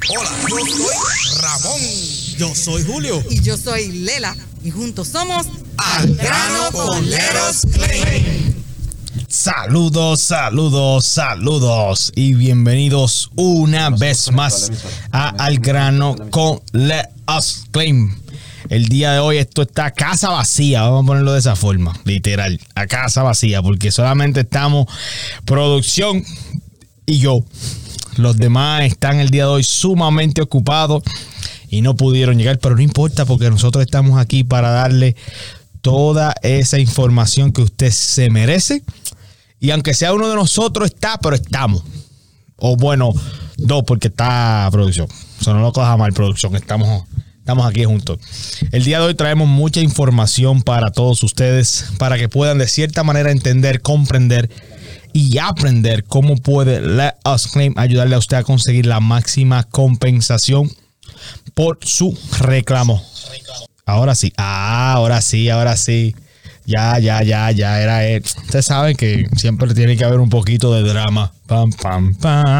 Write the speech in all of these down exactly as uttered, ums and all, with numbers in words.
Hola, yo soy Ramón. Yo soy Julio. Y yo soy Lela. Y juntos somos Al Grano con Let Us Claim. Saludos, saludos, saludos y bienvenidos una vez más a Al Grano con Let Us Claim. El día de hoy esto está a casa vacía, vamos a ponerlo de esa forma, literal, a casa vacía, porque solamente estamos producción y yo. Los demás están el día de hoy sumamente ocupados y no pudieron llegar, pero no importa porque nosotros estamos aquí para darle toda esa información que usted se merece. Y aunque sea uno de nosotros, está, pero estamos. O bueno, dos, porque está producción. O sea, no lo coja mal, producción. Estamos, estamos aquí juntos. El día de hoy traemos mucha información para todos ustedes, para que puedan de cierta manera entender, comprender y aprender cómo puede Let Us Claim ayudarle a usted a conseguir la máxima compensación por su reclamo. Ahora sí, ah, ahora sí, ahora sí. Ya, ya, ya, ya era él. Ustedes saben que siempre tiene que haber un poquito de drama. Pam, pam,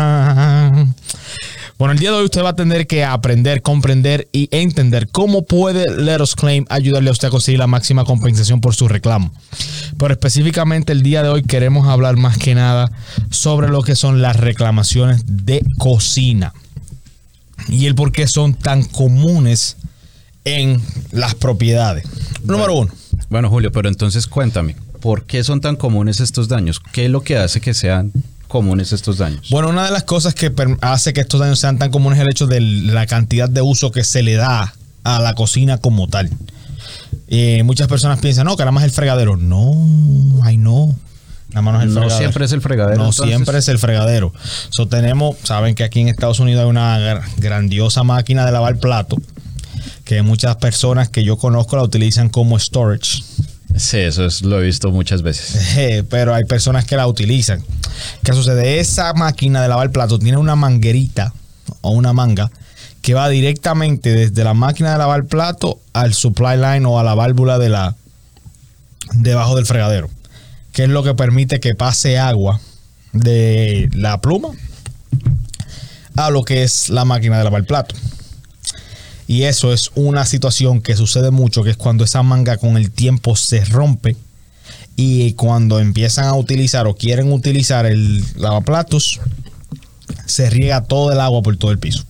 pam. Bueno, el día de hoy usted va a tener que aprender, comprender y entender cómo puede Let Us Claim ayudarle a usted a conseguir la máxima compensación por su reclamo. Pero específicamente el día de hoy queremos hablar más que nada sobre lo que son las reclamaciones de cocina y el por qué son tan comunes en las propiedades. Bueno, Número uno. Bueno, Julio, pero entonces cuéntame, ¿por qué son tan comunes estos daños? ¿Qué es lo que hace que sean comunes estos daños? Bueno, una de las cosas que hace que estos daños sean tan comunes es el hecho de la cantidad de uso que se le da a la cocina como tal. Eh, muchas personas piensan, no, que nada más es el fregadero. No, ay no. Nada más no es el no fregadero. siempre es el fregadero. No entonces. siempre es el fregadero. So, tenemos, saben que aquí en Estados Unidos hay una grandiosa máquina de lavar platos que muchas personas que yo conozco la utilizan como storage. Sí, eso es, lo he visto muchas veces. Eh, pero hay personas que la utilizan. ¿Qué sucede? Esa máquina de lavar platos tiene una manguerita o una manga que va directamente desde la máquina de lavar platos al supply line o a la válvula de la debajo del fregadero, que es lo que permite que pase agua de la pluma a lo que es la máquina de lavar platos. Y eso es una situación que sucede mucho, que es cuando esa manga con el tiempo se rompe y cuando empiezan a utilizar o quieren utilizar el lavaplatos, se riega todo el agua por todo el piso.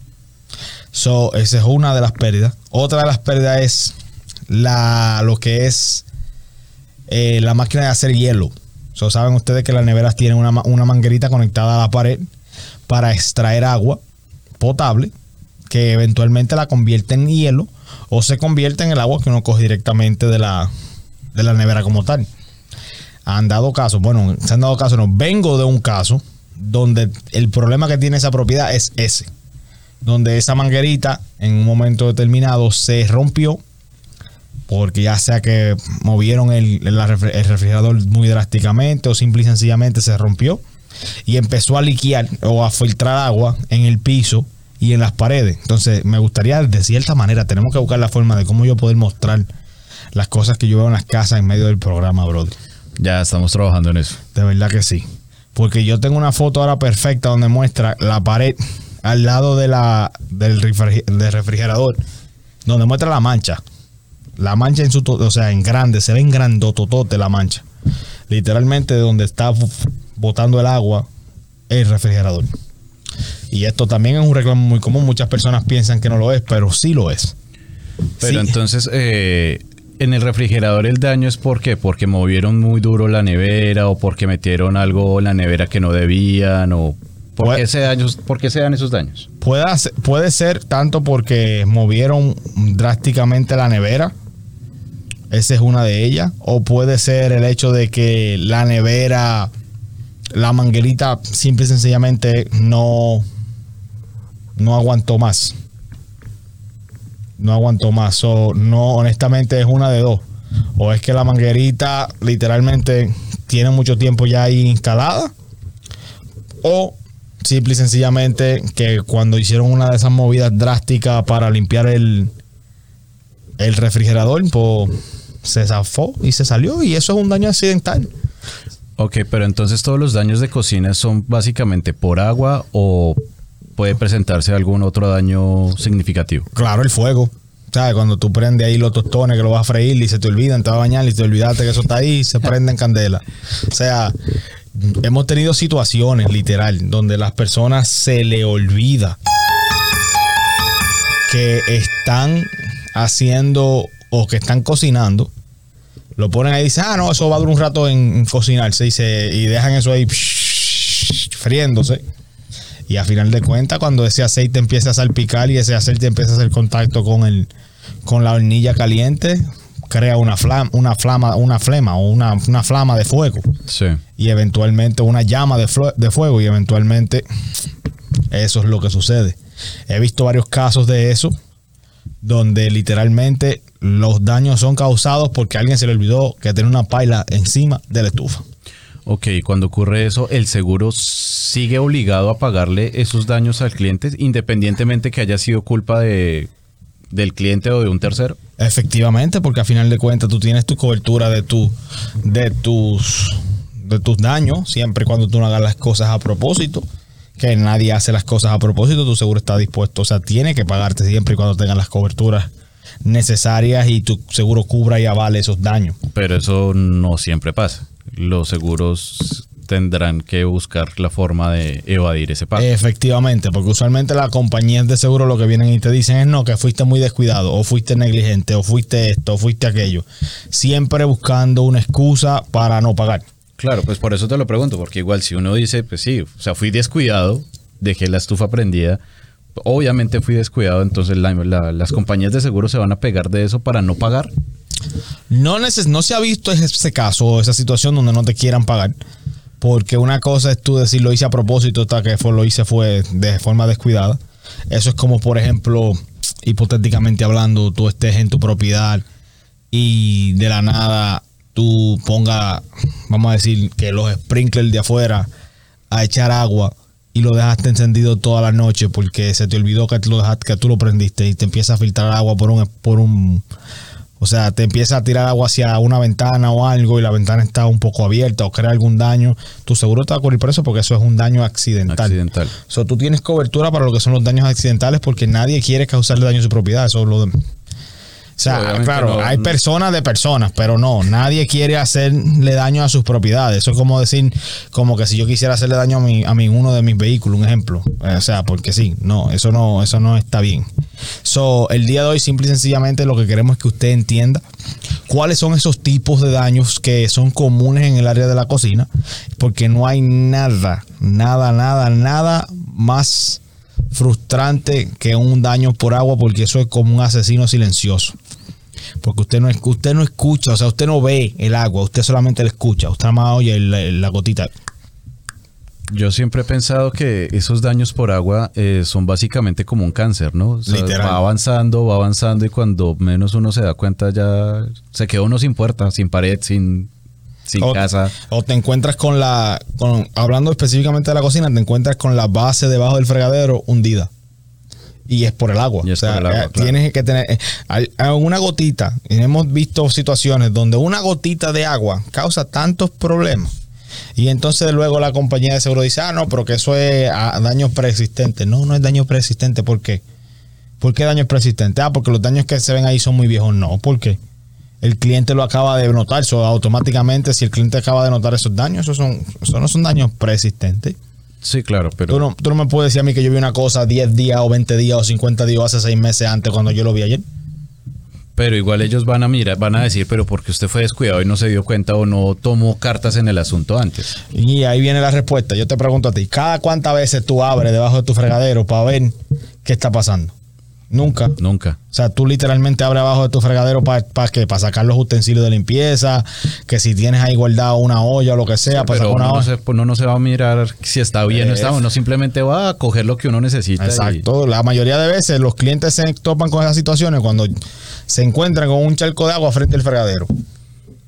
So, esa es una de las pérdidas. Otra de las pérdidas es la, lo que es eh, la máquina de hacer hielo. So, saben ustedes que las neveras tienen una, una manguerita conectada a la pared para extraer agua potable, que eventualmente la convierte en hielo o se convierte en el agua que uno coge directamente de la, de la nevera como tal. Han dado casos, bueno, se han dado casos, no, vengo de un caso donde el problema que tiene esa propiedad es ese, donde esa manguerita en un momento determinado se rompió porque ya sea que movieron el, el, el refrigerador muy drásticamente o simple y sencillamente se rompió y empezó a liquear o a filtrar agua en el piso y en las paredes. Entonces me gustaría, de cierta manera, tenemos que buscar la forma de cómo yo poder mostrar las cosas que yo veo en las casas en medio del programa, brother. Ya estamos trabajando en eso. De verdad que sí. Porque yo tengo una foto ahora perfecta donde muestra la pared al lado de la del, refriger, del refrigerador, donde muestra la mancha. La mancha en su, o sea, en grande, se ve en grandototote la mancha. Literalmente de donde está botando el agua el refrigerador. Y esto también es un reclamo muy común. Muchas personas piensan que no lo es, pero sí lo es. Pero sí. Entonces, eh, en el refrigerador el daño es ¿por qué? Porque movieron muy duro la nevera o porque metieron algo en la nevera que no debían o ¿por puede, qué se daños, ¿por qué se dan esos daños? Puede, puede ser tanto porque movieron drásticamente la nevera. Esa es una de ellas. O puede ser el hecho de que la nevera, la manguerita simple y sencillamente no, no aguantó más. No aguantó más. O no, honestamente es una de dos. O es que la manguerita literalmente tiene mucho tiempo ya ahí instalada. O simple y sencillamente que cuando hicieron una de esas movidas drásticas para limpiar el, el refrigerador, pues se zafó y se salió. Y eso es un daño accidental. Ok, pero entonces todos los daños de cocina son básicamente por agua o puede presentarse algún otro daño significativo. Claro, el fuego. ¿Sabes? Cuando tú prendes ahí los tostones que lo vas a freír y se te olvidan, te vas a bañar y te olvidaste que eso está ahí, se prende en candela. O sea, hemos tenido situaciones, literal, donde las personas se le olvida que están haciendo o que están cocinando. Lo ponen ahí y dicen, ah, no, eso va a durar un rato en, en cocinarse y, se, y dejan eso ahí psh, friéndose. Y a final de cuentas, cuando ese aceite empieza a salpicar y ese aceite empieza a hacer contacto con el con la hornilla caliente, crea una flama, una flama, una flema o una, una flama de fuego. Sí. Y eventualmente una llama de, flo- de fuego y eventualmente eso es lo que sucede. He visto varios casos de eso donde literalmente los daños son causados porque a alguien se le olvidó que tiene una paila encima de la estufa. Ok, cuando ocurre eso, ¿el seguro sigue obligado a pagarle esos daños al cliente independientemente que haya sido culpa de, del cliente o de un tercero? Efectivamente, porque a final de cuentas tú tienes tu cobertura de, tu, de, tus, de tus daños, siempre y cuando tú no hagas las cosas a propósito, que nadie hace las cosas a propósito, tu seguro está dispuesto, o sea, tiene que pagarte siempre y cuando tengas las coberturas necesarias y tu seguro cubra y avale esos daños. Pero eso no siempre pasa. Los seguros tendrán que buscar la forma de evadir ese pago. Efectivamente, porque usualmente las compañías de seguro lo que vienen y te dicen es no, que fuiste muy descuidado, o fuiste negligente, o fuiste esto, o fuiste aquello. Siempre buscando una excusa para no pagar. Claro, pues por eso te lo pregunto, porque igual si uno dice, pues sí, o sea, fui descuidado, dejé la estufa prendida, obviamente fui descuidado, entonces la, la, las compañías de seguro se van a pegar de eso para no pagar. No, neces- no se ha visto ese caso o esa situación donde no te quieran pagar. Porque una cosa es tú decir lo hice a propósito, hasta que fue, lo hice fue de forma descuidada. Eso es como, por ejemplo, hipotéticamente hablando, tú estés en tu propiedad y de la nada tú pongas, vamos a decir, que los sprinklers de afuera a echar agua y lo dejaste encendido toda la noche porque se te olvidó que tú lo, dejaste, que tú lo prendiste y te empieza a filtrar agua por un... Por un O sea, te empieza a tirar agua hacia una ventana o algo y la ventana está un poco abierta o crea algún daño. Tu seguro te va a cubrir por eso porque eso es un daño accidental. Accidental. O sea, tú tienes cobertura para lo que son los daños accidentales porque nadie quiere causarle daño a su propiedad. Eso es lo de... O sea, Obviamente claro, no, hay no. personas de personas, pero no, nadie quiere hacerle daño a sus propiedades. Eso es como decir, como que si yo quisiera hacerle daño a mi, a mi uno de mis vehículos, un ejemplo. O sea, porque sí, no, eso no, eso no está bien. So, el día de hoy, simple y sencillamente, lo que queremos es que usted entienda cuáles son esos tipos de daños que son comunes en el área de la cocina, porque no hay nada, nada, nada, nada más frustrante que un daño por agua, porque eso es como un asesino silencioso. Porque usted no, usted no escucha, o sea, usted no ve el agua, usted solamente la escucha, usted nada más oye la, la gotita. Yo siempre he pensado que esos daños por agua eh, son básicamente como un cáncer, ¿no? O sea, Literal. va avanzando, va avanzando y cuando menos uno se da cuenta ya se quedó uno sin puerta, sin pared, sin, sin o, casa. O te encuentras con la, con, hablando específicamente de la cocina, te encuentras con la base debajo del fregadero hundida. Y es por el agua. Y es o sea, por el agua, eh, claro. tienes que tener eh, hay- hay una gotita. Y hemos visto situaciones donde una gotita de agua causa tantos problemas. Y entonces luego la compañía de seguro dice, ah, no, pero que eso es ah, daño preexistente. No, no es daño preexistente. ¿Por qué? ¿Por qué daño preexistente? Ah, porque los daños que se ven ahí son muy viejos. No, ¿por qué? El cliente lo acaba de notar. So, automáticamente, si el cliente acaba de notar esos daños, esos, son, esos no son daños preexistentes. Sí, claro, pero... Tú no, tú no me puedes decir a mí que yo vi una cosa diez días o veinte días o cincuenta días o hace seis meses antes cuando yo lo vi ayer. Pero igual ellos van a mirar, van a decir, pero porque usted fue descuidado y no se dio cuenta o no tomó cartas en el asunto antes. Y ahí viene la respuesta. Yo te pregunto a ti, ¿cada cuántas veces tú abres debajo de tu fregadero para ver qué está pasando? Nunca. Nunca. O sea, tú literalmente abres abajo de tu fregadero para ¿para qué? Para sacar los utensilios de limpieza, que si tienes ahí guardado una olla o lo que sea, para Pero sacar una uno no, olla. se, uno no se va a mirar si está bien o Eh, está, uno simplemente va a coger lo que uno necesita. Exacto. La mayoría de veces los clientes se topan con esas situaciones cuando se encuentran con un charco de agua frente al fregadero.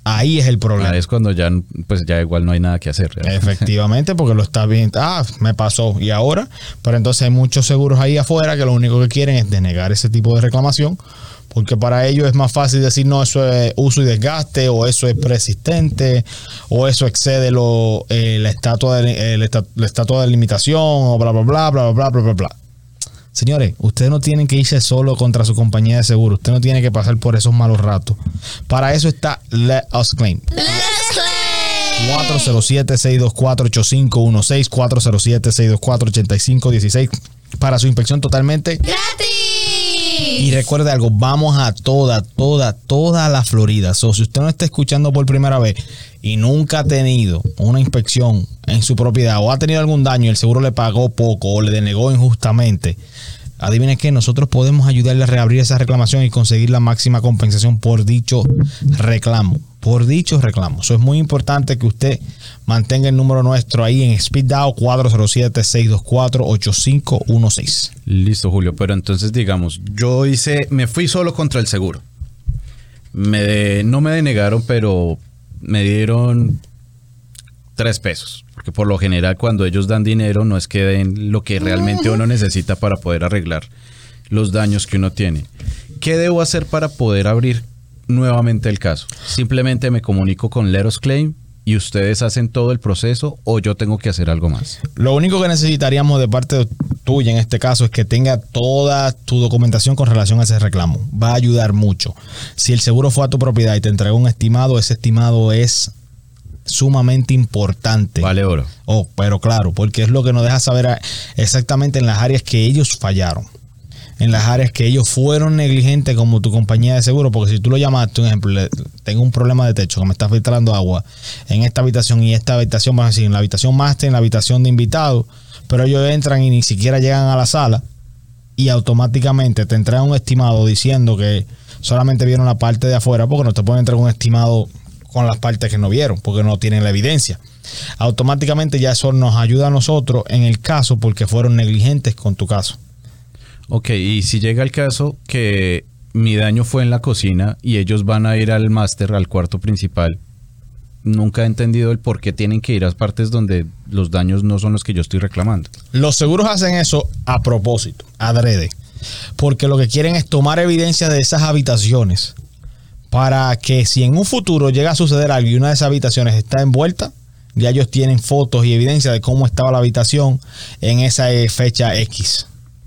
Ahí es el problema. Ahí es cuando ya, pues ya igual no hay nada que hacer. ¿Realmente? Efectivamente, porque lo está bien. Ah, me pasó. ¿Y ahora? Pero entonces hay muchos seguros ahí afuera que lo único que quieren es denegar ese tipo de reclamación, porque para ellos es más fácil decir, no, eso es uso y desgaste, o eso es persistente, o eso excede lo, eh, la, estatua de, eh, la, estatua, la estatua de limitación, o bla, bla, bla, bla, bla, bla, bla, bla. Señores, ustedes no tienen que irse solo contra su compañía de seguro. Usted no tiene que pasar por esos malos ratos. Para eso está Let Us Claim. Let Us Claim. cuatro cero siete, seis dos cuatro, ocho cinco uno seis, cuatro cero siete, seis dos cuatro, ocho cinco uno seis para su inspección totalmente ¡gratis! Y recuerde algo, vamos a toda, toda, toda la Florida. So, si usted no está escuchando por primera vez y nunca ha tenido una inspección en su propiedad o ha tenido algún daño y el seguro le pagó poco o le denegó injustamente, adivinen qué, nosotros podemos ayudarle a reabrir esa reclamación y conseguir la máxima compensación por dicho reclamo. Por dicho reclamo. Eso es muy importante que usted mantenga el número nuestro ahí en Speed Dial cuatro cero siete, seis dos cuatro, ocho cinco uno seis. Listo, Julio. Pero entonces, digamos, yo hice, me fui solo contra el seguro. Me, no me denegaron, pero me dieron tres pesos. Porque por lo general, cuando ellos dan dinero, no es que den lo que realmente uno necesita para poder arreglar los daños que uno tiene. ¿Qué debo hacer para poder abrir nuevamente el caso? Simplemente me comunico con Let Us Claim y ustedes hacen todo el proceso, o yo tengo que hacer algo más. Lo único que necesitaríamos de parte tuya en este caso es que tenga toda tu documentación con relación a ese reclamo. Va a ayudar mucho. Si el seguro fue a tu propiedad y te entregó un estimado, ese estimado es sumamente importante. Vale oro. Oh, pero claro, porque es lo que nos deja saber exactamente en las áreas que ellos fallaron, en las áreas que ellos fueron negligentes como tu compañía de seguro. Porque si tú lo llamaste, un ejemplo, tengo un problema de techo que me está filtrando agua en esta habitación y esta habitación, vamos a decir, en la habitación máster, en la habitación de invitados, pero ellos entran y ni siquiera llegan a la sala y automáticamente te entregan un estimado diciendo que solamente vieron la parte de afuera, porque no te pueden entregar un estimado con las partes que no vieron, porque no tienen la evidencia. Automáticamente ya eso nos ayuda a nosotros en el caso porque fueron negligentes con tu caso. Ok, y si llega el caso que mi daño fue en la cocina y ellos van a ir al máster, al cuarto principal, nunca he entendido el por qué tienen que ir a partes donde los daños no son los que yo estoy reclamando. Los seguros hacen eso a propósito, adrede, porque lo que quieren es tomar evidencia de esas habitaciones para que si en un futuro llega a suceder algo y una de esas habitaciones está envuelta, ya ellos tienen fotos y evidencia de cómo estaba la habitación en esa fecha X.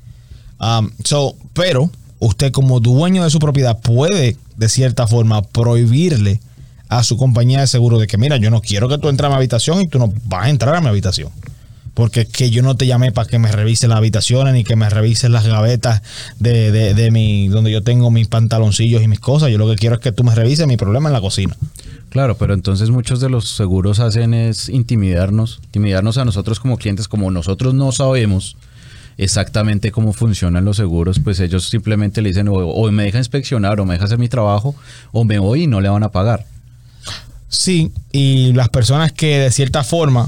Um, so, pero usted como dueño de su propiedad puede de cierta forma prohibirle a su compañía de seguro de que mira, yo no quiero que tú entres a mi habitación y tú no vas a entrar a mi habitación, porque es que yo no te llamé para que me revise las habitaciones ni que me revise las gavetas de, de, de mi, donde yo tengo mis pantaloncillos y mis cosas. Yo lo que quiero es que tú me revises mi problema en la cocina. Claro, pero entonces muchos de los seguros hacen es intimidarnos, intimidarnos a nosotros como clientes. Como nosotros no sabemos exactamente cómo funcionan los seguros, pues ellos simplemente le dicen o, o me deja inspeccionar o me deja hacer mi trabajo o me voy y no le van a pagar. Sí, y las personas que de cierta forma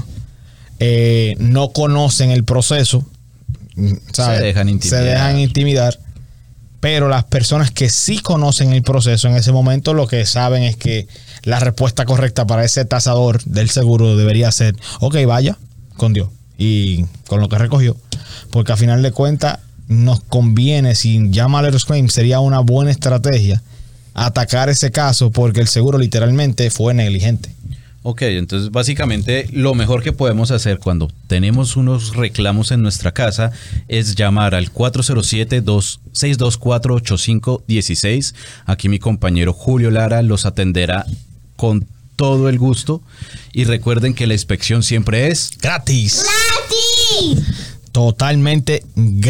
eh, no conocen el proceso, ¿sabes? Se dejan intimidar. Se dejan intimidar, pero las personas que sí conocen el proceso en ese momento lo que saben es que la respuesta correcta para ese tasador del seguro debería ser, ok, vaya con Dios y con lo que recogió, porque a final de cuentas nos conviene, si llama a Let Us Claim, sería una buena estrategia atacar ese caso porque el seguro literalmente fue negligente. Ok, entonces básicamente lo mejor que podemos hacer cuando tenemos unos reclamos en nuestra casa es llamar al cuatro cero siete, seis dos cuatro, ocho cinco uno seis. Aquí mi compañero Julio Lara los atenderá con todo el gusto. Y recuerden que la inspección siempre es gratis. ¡Gratis! Totalmente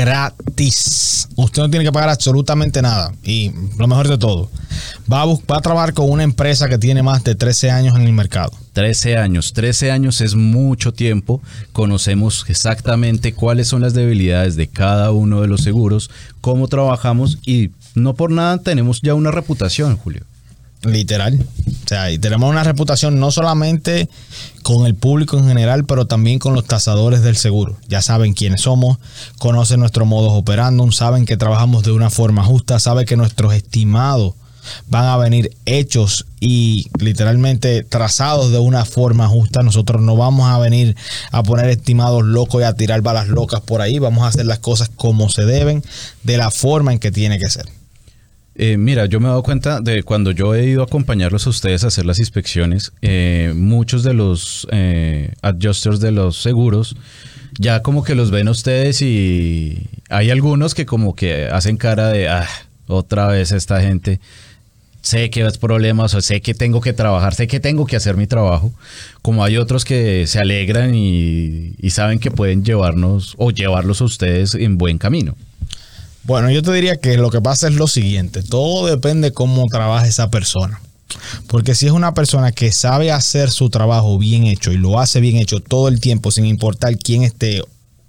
gratis. Usted no tiene que pagar absolutamente nada. Y lo mejor de todo, va a, va a trabajar con una empresa que tiene más de trece años en el mercado. trece años. trece años es mucho tiempo. Conocemos exactamente cuáles son las debilidades de cada uno de los seguros, cómo trabajamos y no por nada tenemos ya una reputación, Julio. Literal. O sea, y tenemos una reputación no solamente con el público en general, pero también con los tasadores del seguro. Ya saben quiénes somos, conocen nuestro modus operandum, saben que trabajamos de una forma justa, saben que nuestros estimados van a venir hechos y literalmente trazados de una forma justa. Nosotros no vamos a venir a poner estimados locos y a tirar balas locas por ahí. Vamos a hacer las cosas como se deben, de la forma en que tiene que ser. Eh, mira, yo me he dado cuenta de cuando yo he ido a acompañarlos a ustedes a hacer las inspecciones, eh, muchos de los eh, adjusters de los seguros ya como que los ven a ustedes y hay algunos que como que hacen cara de, ah, otra vez esta gente, sé que es problemas, o sé que tengo que trabajar, sé que tengo que hacer mi trabajo, como hay otros que se alegran y, y saben que pueden llevarnos o llevarlos a ustedes en buen camino. Bueno, yo te diría que lo que pasa es lo siguiente, todo depende cómo trabaja esa persona. Porque si es una persona que sabe hacer su trabajo bien hecho y lo hace bien hecho todo el tiempo, sin importar quién esté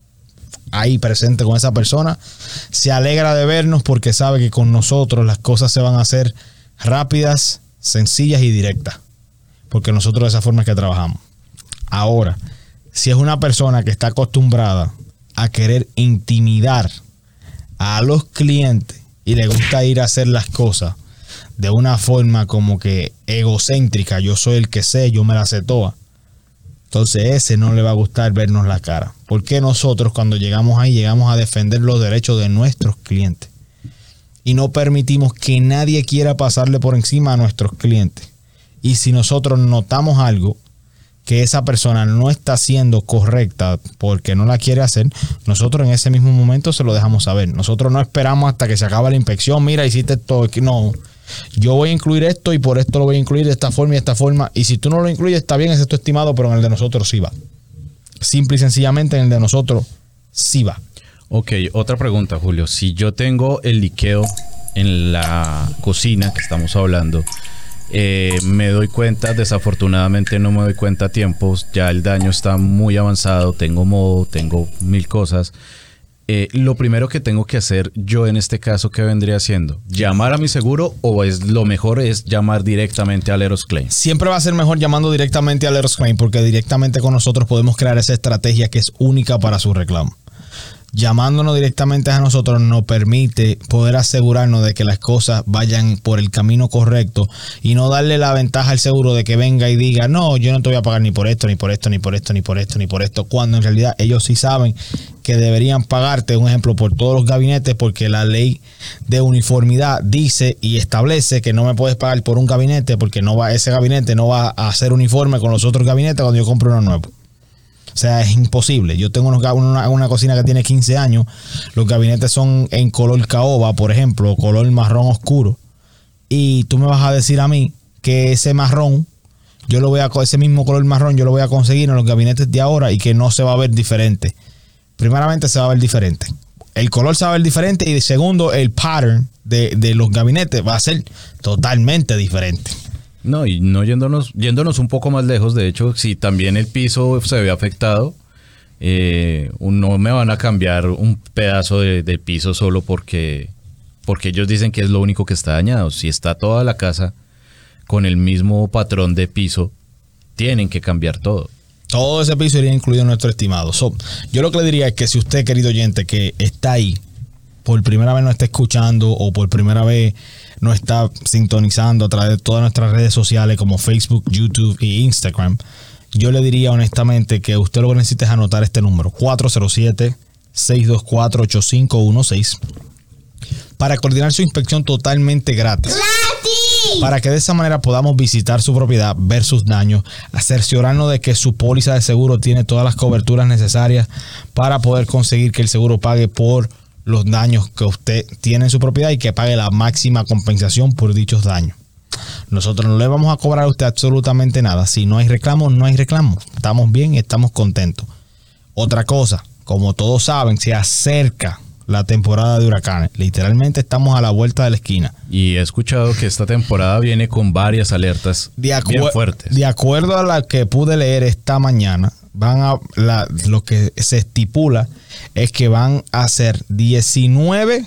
ahí presente con esa persona, se alegra de vernos porque sabe que con nosotros las cosas se van a hacer rápidas, sencillas y directas. Porque nosotros de esa forma es que trabajamos. Ahora, si es una persona que está acostumbrada a querer intimidar a los clientes y le gusta ir a hacer las cosas de una forma como que egocéntrica, yo soy el que sé, yo me la sé toda, entonces ese no le va a gustar vernos la cara. Porque nosotros cuando llegamos ahí llegamos a defender los derechos de nuestros clientes y no permitimos que nadie quiera pasarle por encima a nuestros clientes. Y si nosotros notamos algo que esa persona no está siendo correcta porque no la quiere hacer, nosotros en ese mismo momento se lo dejamos saber. Nosotros no esperamos hasta que se acabe la inspección, mira, hiciste esto, no, yo voy a incluir esto y por esto lo voy a incluir de esta forma y de esta forma, y si tú no lo incluyes está bien, ese es tu estimado, pero en el de nosotros sí va. Simple y sencillamente en el de nosotros sí va. Ok, otra pregunta, Julio. Si yo tengo el liqueo en la cocina que estamos hablando, eh, me doy cuenta, desafortunadamente no me doy cuenta a tiempos, ya el daño está muy avanzado, tengo moho, tengo mil cosas. Eh, lo primero que tengo que hacer yo en este caso, ¿qué vendría haciendo? ¿Llamar a mi seguro o es lo mejor es llamar directamente a Leros Claim? Siempre va a ser mejor llamando directamente a Leros Claim porque directamente con nosotros podemos crear esa estrategia que es única para su reclamo. Llamándonos directamente a nosotros nos permite poder asegurarnos de que las cosas vayan por el camino correcto y no darle la ventaja al seguro de que venga y diga, no, yo no te voy a pagar ni por esto, ni por esto, ni por esto, ni por esto, ni por esto, cuando en realidad ellos sí saben que deberían pagarte, un ejemplo, por todos los gabinetes, porque la ley de uniformidad dice y establece que no me puedes pagar por un gabinete porque no va, ese gabinete no va a ser uniforme con los otros gabinetes cuando yo compro uno nuevo. O sea, es imposible. Yo tengo unos, una, una cocina que tiene quince años. Los gabinetes son en color caoba, por ejemplo, color marrón oscuro. Y tú me vas a decir a mí que ese marrón, yo lo voy a, ese mismo color marrón, yo lo voy a conseguir en los gabinetes de ahora y que no se va a ver diferente. Primeramente, se va a ver diferente. El color se va a ver diferente y segundo, el pattern de, de los gabinetes va a ser totalmente diferente. No, y no yéndonos, yéndonos un poco más lejos, de hecho, si también el piso se ve afectado, eh, no me van a cambiar un pedazo de, de piso solo porque, porque ellos dicen que es lo único que está dañado. Si está toda la casa con el mismo patrón de piso, tienen que cambiar todo. Todo ese piso iría incluido en nuestro estimado. So, yo lo que le diría es que si usted, querido oyente, que está ahí, por primera vez no está escuchando o por primera vez no está sintonizando a través de todas nuestras redes sociales como Facebook, YouTube e Instagram, yo le diría honestamente que usted lo que necesita es anotar este número, cuatro cero siete, seis dos cuatro, ocho cinco uno seis, para coordinar su inspección totalmente gratis. Para que de esa manera podamos visitar su propiedad, ver sus daños, cerciorarnos de que su póliza de seguro tiene todas las coberturas necesarias para poder conseguir que el seguro pague por los daños que usted tiene en su propiedad y que pague la máxima compensación por dichos daños. Nosotros no le vamos a cobrar a usted absolutamente nada. Si no hay reclamo, no hay reclamo. Estamos bien y estamos contentos. Otra cosa, como todos saben, se acerca la temporada de huracanes. Literalmente estamos a la vuelta de la esquina. Y he escuchado que esta temporada viene con varias alertas bien fuertes. De acuerdo a la que pude leer esta mañana, van a la, lo que se estipula es que van a ser diecinueve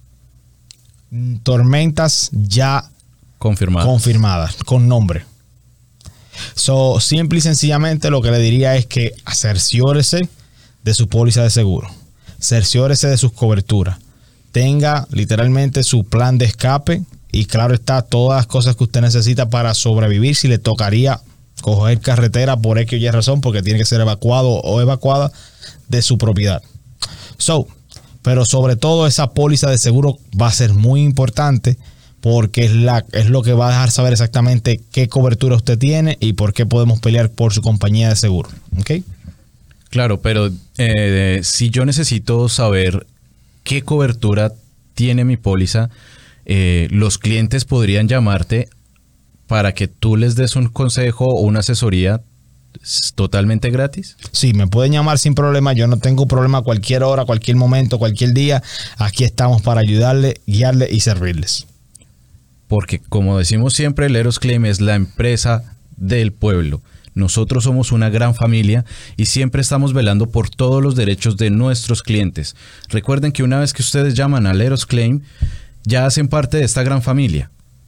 tormentas ya confirmadas, confirmadas con nombre. So, simple y sencillamente lo que le diría es que cerciórese de su póliza de seguro, cerciórese de sus coberturas, tenga literalmente su plan de escape y claro está, todas las cosas que usted necesita para sobrevivir si le tocaría coger carretera por X o Y razón, porque tiene que ser evacuado o evacuada de su propiedad. So, pero sobre todo esa póliza de seguro va a ser muy importante, porque es, la, es lo que va a dejar saber exactamente qué cobertura usted tiene y por qué podemos pelear por su compañía de seguro. ¿Ok? Claro, pero eh, si yo necesito saber qué cobertura tiene mi póliza, eh, los clientes podrían llamarte para que tú les des un consejo o una asesoría totalmente gratis. Sí, me pueden llamar sin problema. Yo no tengo problema a cualquier hora, cualquier momento, cualquier día. Aquí estamos para ayudarle, guiarle y servirles. Porque como decimos siempre, Leros Claim es la empresa del pueblo. Nosotros somos una gran familia y siempre estamos velando por todos los derechos de nuestros clientes. Recuerden que una vez que ustedes llaman a Leros Claim, ya hacen parte de esta gran familia.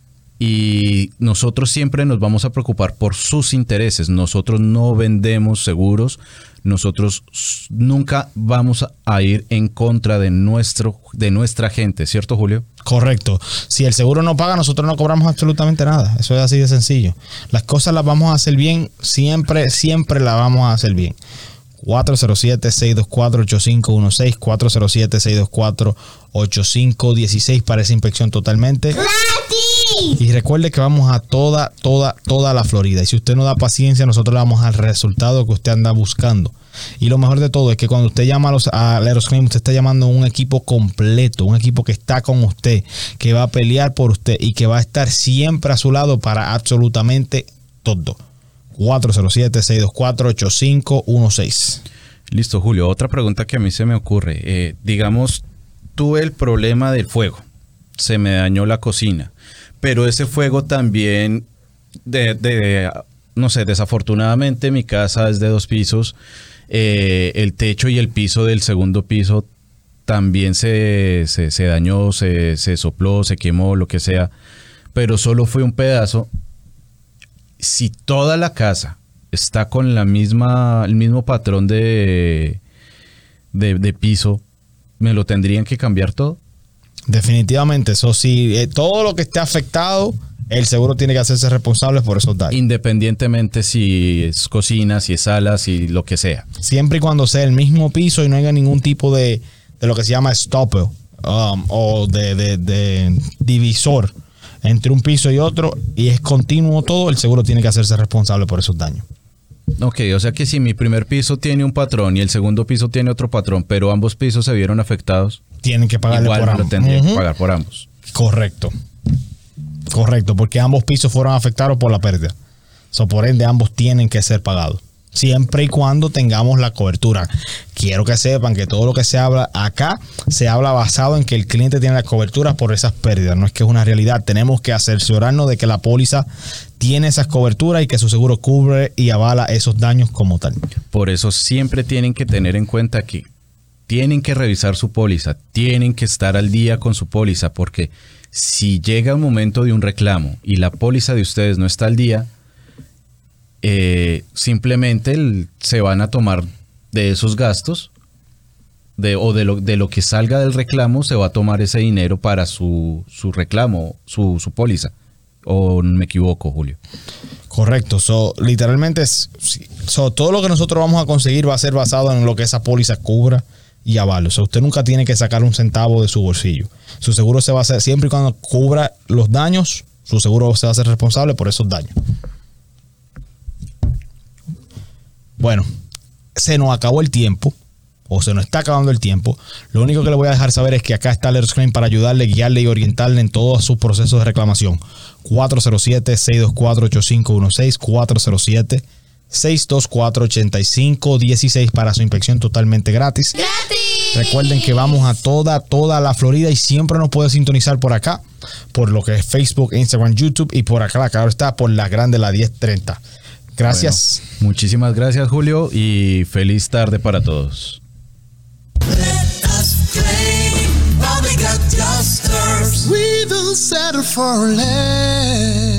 Y nosotros siempre nos vamos a preocupar por sus intereses. Nosotros no vendemos seguros. Nosotros nunca vamos a ir en contra de, nuestro, de nuestra gente. ¿Cierto, Julio? Correcto. Si el seguro no paga, nosotros no cobramos absolutamente nada. Eso es así de sencillo. Las cosas las vamos a hacer bien. Siempre, siempre las vamos a hacer bien. cuatro cero siete, seis dos cuatro, ocho cinco uno seis, cuatro cero siete, seis dos cuatro, ocho cinco uno seis para esa inspección totalmente ¡Gratis! Y recuerde que vamos a toda, toda, toda la Florida. Y si usted no da paciencia, nosotros le damos al resultado que usted anda buscando. Y lo mejor de todo es que cuando usted llama a, los, a Leros Claim, usted está llamando a un equipo completo, un equipo que está con usted, que va a pelear por usted y que va a estar siempre a su lado para absolutamente todo. cuatro cero siete, seis dos cuatro, ocho cinco uno seis. Listo, Julio. Otra pregunta que a mí se me ocurre. Eh, digamos, tuve el problema del fuego. Se me dañó la cocina. Pero ese fuego también, de, de, no sé, desafortunadamente mi casa es de dos pisos. Eh, el techo y el piso del segundo piso también se, se, se dañó, se, se sopló, se quemó, lo que sea. Pero solo fue un pedazo. Si toda la casa está con la misma, el mismo patrón de, de, de piso, ¿me lo tendrían que cambiar todo? Definitivamente. Eso sí, eh, todo lo que esté afectado, el seguro tiene que hacerse responsable por esos daños. Independientemente si es cocina, si es sala, si lo que sea. Siempre y cuando sea el mismo piso y no haya ningún tipo de, de lo que se llama stopper um, o de, de, de divisor entre un piso y otro, y es continuo todo, el seguro tiene que hacerse responsable por esos daños. Ok, o sea que si mi primer piso tiene un patrón y el segundo piso tiene otro patrón, pero ambos pisos se vieron afectados, tienen que pagarle igual por me ambos. lo tendría Uh-huh. que pagar por ambos. Correcto. Correcto, porque ambos pisos fueron afectados por la pérdida. So, por ende, ambos tienen que ser pagados. Siempre y cuando tengamos la cobertura. Quiero que sepan que todo lo que se habla acá se habla basado en que el cliente tiene la cobertura por esas pérdidas. No es que es una realidad. Tenemos que cerciorarnos de que la póliza tiene esas coberturas y que su seguro cubre y avala esos daños como tal. Por eso siempre tienen que tener en cuenta que tienen que revisar su póliza, tienen que estar al día con su póliza, porque si llega un momento de un reclamo y la póliza de ustedes no está al día, eh, simplemente el, se van a tomar de esos gastos de, o de lo, de lo que salga del reclamo, se va a tomar ese dinero para su, su reclamo, su, su póliza. ¿O me equivoco, Julio? Correcto. So, literalmente, es, so, todo lo que nosotros vamos a conseguir va a ser basado en lo que esa póliza cubra y avale. O sea, usted nunca tiene que sacar un centavo de su bolsillo. Su seguro se va a hacer, siempre y cuando cubra los daños, su seguro se va a hacer responsable por esos daños. Bueno, se nos acabó el tiempo, o se nos está acabando el tiempo. Lo único que le voy a dejar saber es que acá está Leros Claim para ayudarle, guiarle y orientarle en todos sus procesos de reclamación. cuatro cero siete, seis dos cuatro, ocho cinco uno seis, cuatro cero siete, seis dos cuatro, ocho cinco uno seis para su inspección totalmente gratis. ¡Gratis! Recuerden que vamos a toda, toda la Florida y siempre nos puede sintonizar por acá, por lo que es Facebook, Instagram, YouTube y por acá, claro está, por la grande, la diez treinta. Gracias. Bueno, muchísimas gracias, Julio, y feliz tarde para todos. Let us claim while we got dusters. We will settle for less.